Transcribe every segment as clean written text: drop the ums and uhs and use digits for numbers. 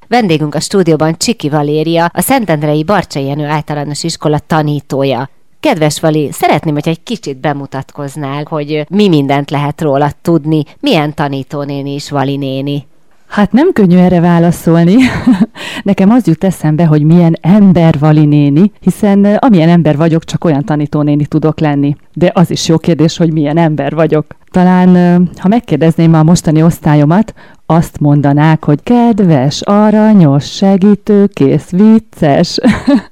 Vendégünk a stúdióban Csiki Valéria, a Szentendrei Barcsay Jenő Általános Iskola tanítója. Kedves Vali, szeretném, hogy egy kicsit bemutatkoznál, hogy mi mindent lehet róla tudni, milyen tanítónéni is Vali néni. Hát nem könnyű erre válaszolni. Nekem az jut eszembe, hogy milyen ember Vali néni, hiszen amilyen ember vagyok, csak olyan tanítónéni tudok lenni. De az is jó kérdés, hogy milyen ember vagyok. Talán, ha megkérdezném a mostani osztályomat, azt mondanák, hogy kedves, aranyos, segítőkész, vicces.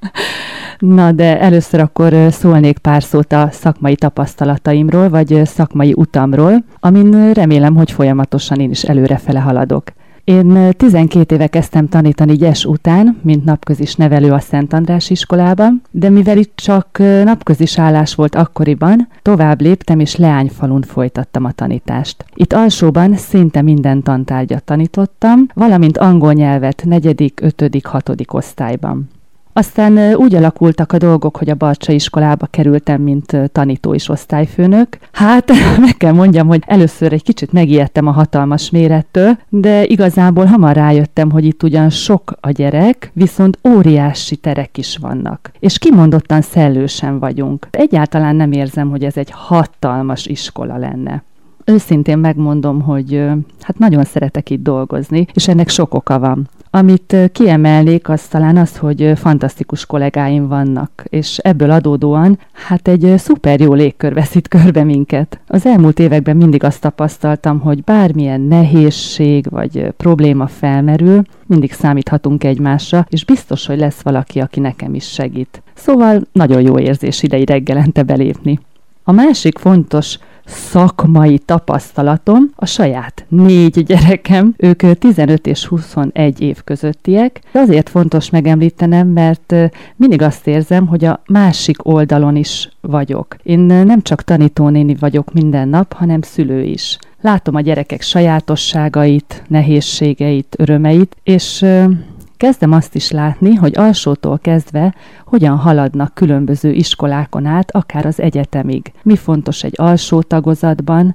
Na, de először akkor szólnék pár szót a szakmai tapasztalataimról, vagy szakmai utamról, amin remélem, hogy folyamatosan én is előrefele haladok. Én 12 éve kezdtem tanítani gyes után, mint napközis nevelő a Szent András iskolában, de mivel itt csak napközis állás volt akkoriban, tovább léptem és Leányfalun folytattam a tanítást. Itt alsóban szinte minden tantárgyat tanítottam, valamint angol nyelvet 4., 5., 6. osztályban. Aztán úgy alakultak a dolgok, hogy a Barcsay iskolába kerültem, mint tanító és osztályfőnök. Hát meg kell mondjam, hogy először egy kicsit megijedtem a hatalmas mérettől, de igazából hamar rájöttem, hogy itt ugyan sok a gyerek, viszont óriási terek is vannak. És kimondottan szellősen vagyunk. Egyáltalán nem érzem, hogy ez egy hatalmas iskola lenne. Őszintén megmondom, hogy hát nagyon szeretek itt dolgozni, és ennek sok oka van. Amit kiemelnék, az talán az, hogy fantasztikus kollégáim vannak, és ebből adódóan hát egy szuper jó légkör vesz itt körbe minket. Az elmúlt években mindig azt tapasztaltam, hogy bármilyen nehézség vagy probléma felmerül, mindig számíthatunk egymásra, és biztos, hogy lesz valaki, aki nekem is segít. Szóval nagyon jó érzés idei reggelente belépni. A másik fontos szakmai tapasztalatom a saját 4 gyerekem, ők 15 és 21 év közöttiek. Azért fontos megemlítenem, mert mindig azt érzem, hogy a másik oldalon is vagyok. Én nem csak tanítónéni vagyok minden nap, hanem szülő is. Látom a gyerekek sajátosságait, nehézségeit, örömeit, és kezdem azt is látni, hogy alsótól kezdve hogyan haladnak különböző iskolákon át, akár az egyetemig. Mi fontos egy alsó tagozatban,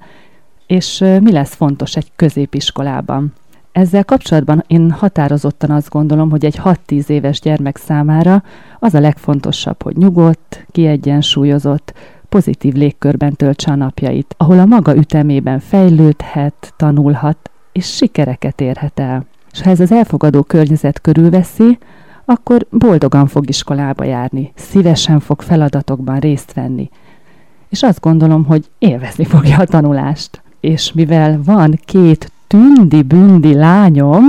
és mi lesz fontos egy középiskolában. Ezzel kapcsolatban én határozottan azt gondolom, hogy egy 6-10 éves gyermek számára az a legfontosabb, hogy nyugodt, kiegyensúlyozott, pozitív légkörben töltse a napjait, ahol a maga ütemében fejlődhet, tanulhat, és sikereket érhet el. És ha ez az elfogadó környezet körülveszi, akkor boldogan fog iskolába járni, szívesen fog feladatokban részt venni. És azt gondolom, hogy élvezni fogja a tanulást. És mivel van 2 tündi-bündi lányom,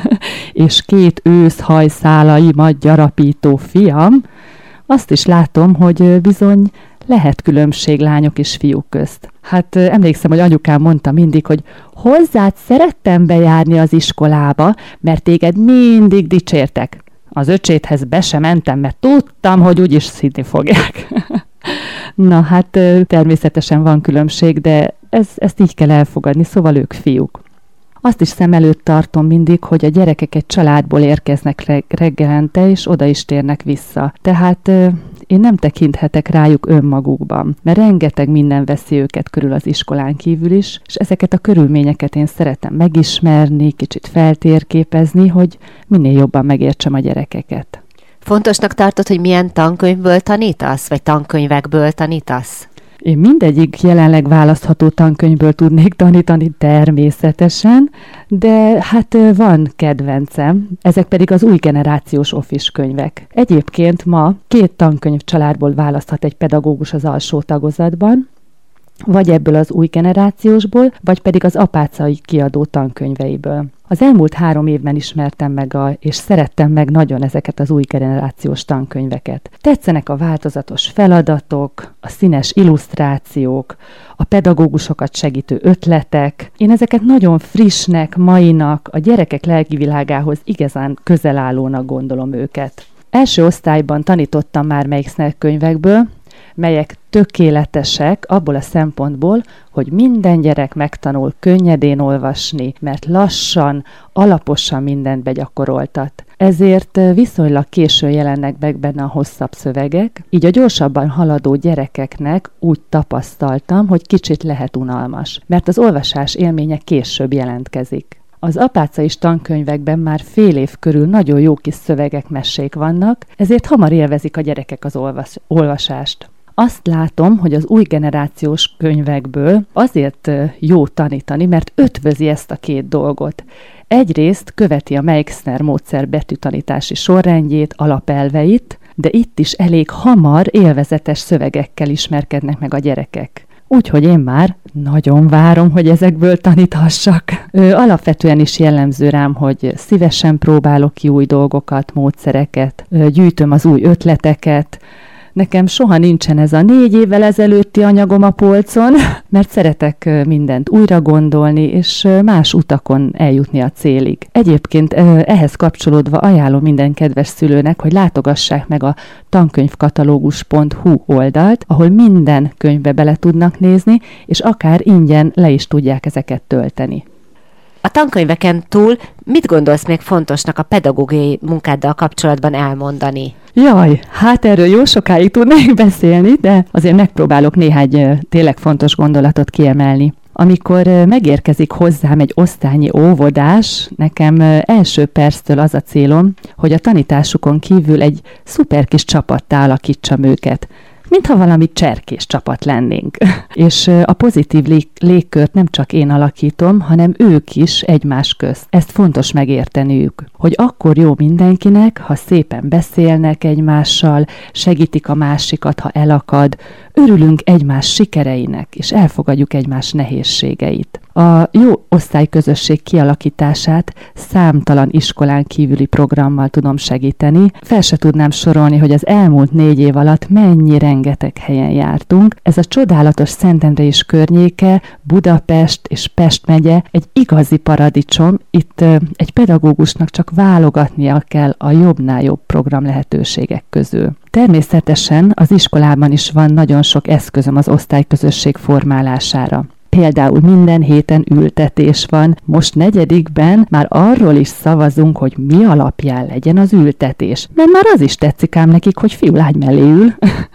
és 2 őszhajszálaimat gyarapító fiam, azt is látom, hogy bizony lehet különbség lányok és fiúk közt. Hát emlékszem, hogy anyukám mondta mindig, hogy hozzád szerettem bejárni az iskolába, mert téged mindig dicsértek. Az öcséthez be sem mentem, mert tudtam, hogy úgyis szidni fogják. Na hát természetesen van különbség, de ezt így kell elfogadni, szóval ők fiúk. Azt is szem előtt tartom mindig, hogy a gyerekek egy családból érkeznek reggelente, és oda is térnek vissza. Tehát én nem tekinthetek rájuk önmagukban, mert rengeteg minden veszi őket körül az iskolán kívül is, és ezeket a körülményeket én szeretem megismerni, kicsit feltérképezni, hogy minél jobban megértsem a gyerekeket. Fontosnak tartod, hogy milyen tankönyvből tanítasz, vagy tankönyvekből tanítasz? Én mindegyik jelenleg választható tankönyvből tudnék tanítani természetesen, de hát van kedvencem, ezek pedig az új generációs office könyvek. Egyébként ma 2 tankönyv családból választhat egy pedagógus az alsó tagozatban, vagy ebből az új generációsból, vagy pedig az apácai kiadó tankönyveiből. Az elmúlt 3 évben ismertem meg és szerettem meg nagyon ezeket az új generációs tankönyveket. Tetszenek a változatos feladatok, a színes illusztrációk, a pedagógusokat segítő ötletek. Én ezeket nagyon frissnek, mainak, a gyerekek lelkivilágához igazán közelállónak gondolom őket. Első osztályban tanítottam már melyik könyvekből, melyek tökéletesek abból a szempontból, hogy minden gyerek megtanul könnyedén olvasni, mert lassan, alaposan mindent begyakoroltat. Ezért viszonylag későn jelennek meg benne a hosszabb szövegek, így a gyorsabban haladó gyerekeknek úgy tapasztaltam, hogy kicsit lehet unalmas, mert az olvasás élménye később jelentkezik. Az apácai tankönyvekben már fél év körül nagyon jó kis szövegek, mesék vannak, ezért hamar élvezik a gyerekek az olvasást. Azt látom, hogy az új generációs könyvekből azért jó tanítani, mert ötvözi ezt a két dolgot. Egyrészt követi a Meixner módszer betűtanítási sorrendjét, alapelveit, de itt is elég hamar élvezetes szövegekkel ismerkednek meg a gyerekek. Úgyhogy én már nagyon várom, hogy ezekből taníthassak. Alapvetően is jellemző rám, hogy szívesen próbálok ki új dolgokat, módszereket, gyűjtöm az új ötleteket. Nekem soha nincsen ez a 4 évvel ezelőtti anyagom a polcon, mert szeretek mindent újra gondolni, és más utakon eljutni a célig. Egyébként ehhez kapcsolódva ajánlom minden kedves szülőnek, hogy látogassák meg a tankönyvkatalógus.hu oldalt, ahol minden könyvbe bele tudnak nézni, és akár ingyen le is tudják ezeket tölteni. A tankönyveken túl mit gondolsz még fontosnak a pedagógiai munkáddal kapcsolatban elmondani? Jaj, hát erről jó sokáig tudnék beszélni, de azért megpróbálok néhány tényleg fontos gondolatot kiemelni. Amikor megérkezik hozzám egy osztálynyi óvodás, nekem első perctől az a célom, hogy a tanításukon kívül egy szuper kis csapattá alakítsam őket. Mintha valami cserkés csapat lennénk. És a pozitív légkört nem csak én alakítom, hanem ők is egymás közt. Ezt fontos megérteniük, hogy akkor jó mindenkinek, ha szépen beszélnek egymással, segítik a másikat, ha elakad, örülünk egymás sikereinek, és elfogadjuk egymás nehézségeit. A jó osztályközösség kialakítását számtalan iskolán kívüli programmal tudom segíteni. Fel se tudnám sorolni, hogy az elmúlt 4 év alatt mennyi rengeteg helyen jártunk. Ez a csodálatos Szentendre és környéke, Budapest és Pest megye egy igazi paradicsom. Itt egy pedagógusnak csak válogatnia kell a jobbnál jobb program lehetőségek közül. Természetesen az iskolában is van nagyon sok eszközöm az osztályközösség formálására. Például minden héten ültetés van. Most 4-ben már arról is szavazunk, hogy mi alapján legyen az ültetés. Mert már az is tetszik ám nekik, hogy fiú-lány mellé ül.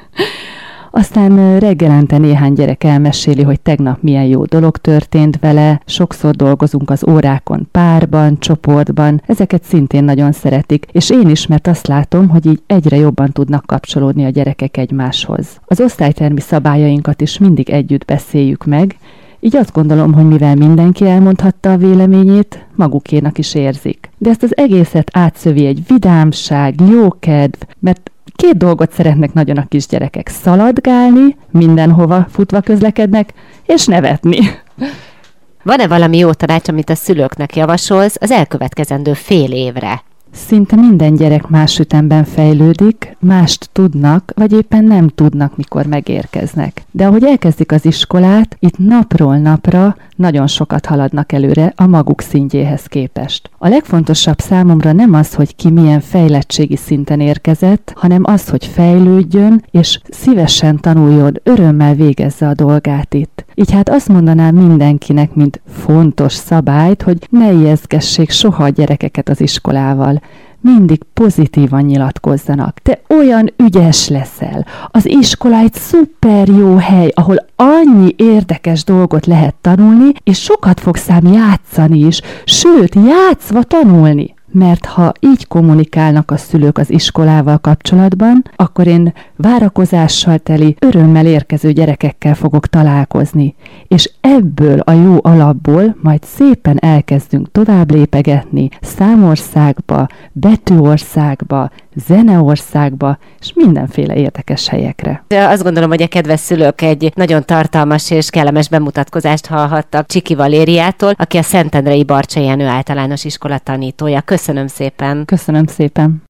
Aztán reggelente néhány gyerek elmeséli, hogy tegnap milyen jó dolog történt vele, sokszor dolgozunk az órákon párban, csoportban, ezeket szintén nagyon szeretik, és én is, mert azt látom, hogy így egyre jobban tudnak kapcsolódni a gyerekek egymáshoz. Az osztálytermi szabályainkat is mindig együtt beszéljük meg, így azt gondolom, hogy mivel mindenki elmondhatta a véleményét, magukénak is érzik. De ezt az egészet átszövi egy vidámság, jókedv, mert 2 dolgot szeretnek nagyon a kisgyerekek: szaladgálni, mindenhova futva közlekednek, és nevetni. Van-e valami jó tanács, amit a szülőknek javasolsz az elkövetkezendő fél évre? Szinte minden gyerek más ütemben fejlődik, mást tudnak, vagy éppen nem tudnak, mikor megérkeznek. De ahogy elkezdik az iskolát, itt napról napra nagyon sokat haladnak előre a maguk szintjéhez képest. A legfontosabb számomra nem az, hogy ki milyen fejlettségi szinten érkezett, hanem az, hogy fejlődjön, és szívesen tanuljon, örömmel végezze a dolgát itt. Így hát azt mondanám mindenkinek, mint fontos szabályt, hogy ne ijeszgessék soha a gyerekeket az iskolával. Mindig pozitívan nyilatkozzanak. Te olyan ügyes leszel. Az iskola egy szuper jó hely, ahol annyi érdekes dolgot lehet tanulni, és sokat fogsz ám játszani is, sőt, játszva tanulni. Mert ha így kommunikálnak a szülők az iskolával kapcsolatban, akkor én várakozással teli, örömmel érkező gyerekekkel fogok találkozni, és ebből a jó alapból majd szépen elkezdünk tovább lépegetni számországba, betűországba, zeneországba, és mindenféle érdekes helyekre. Azt gondolom, hogy a kedves szülők egy nagyon tartalmas és kellemes bemutatkozást hallhattak Csiki Valériától, aki a Szentendrei Barcsay Jenő Általános Iskola tanítója. Köszönöm szépen! Köszönöm szépen!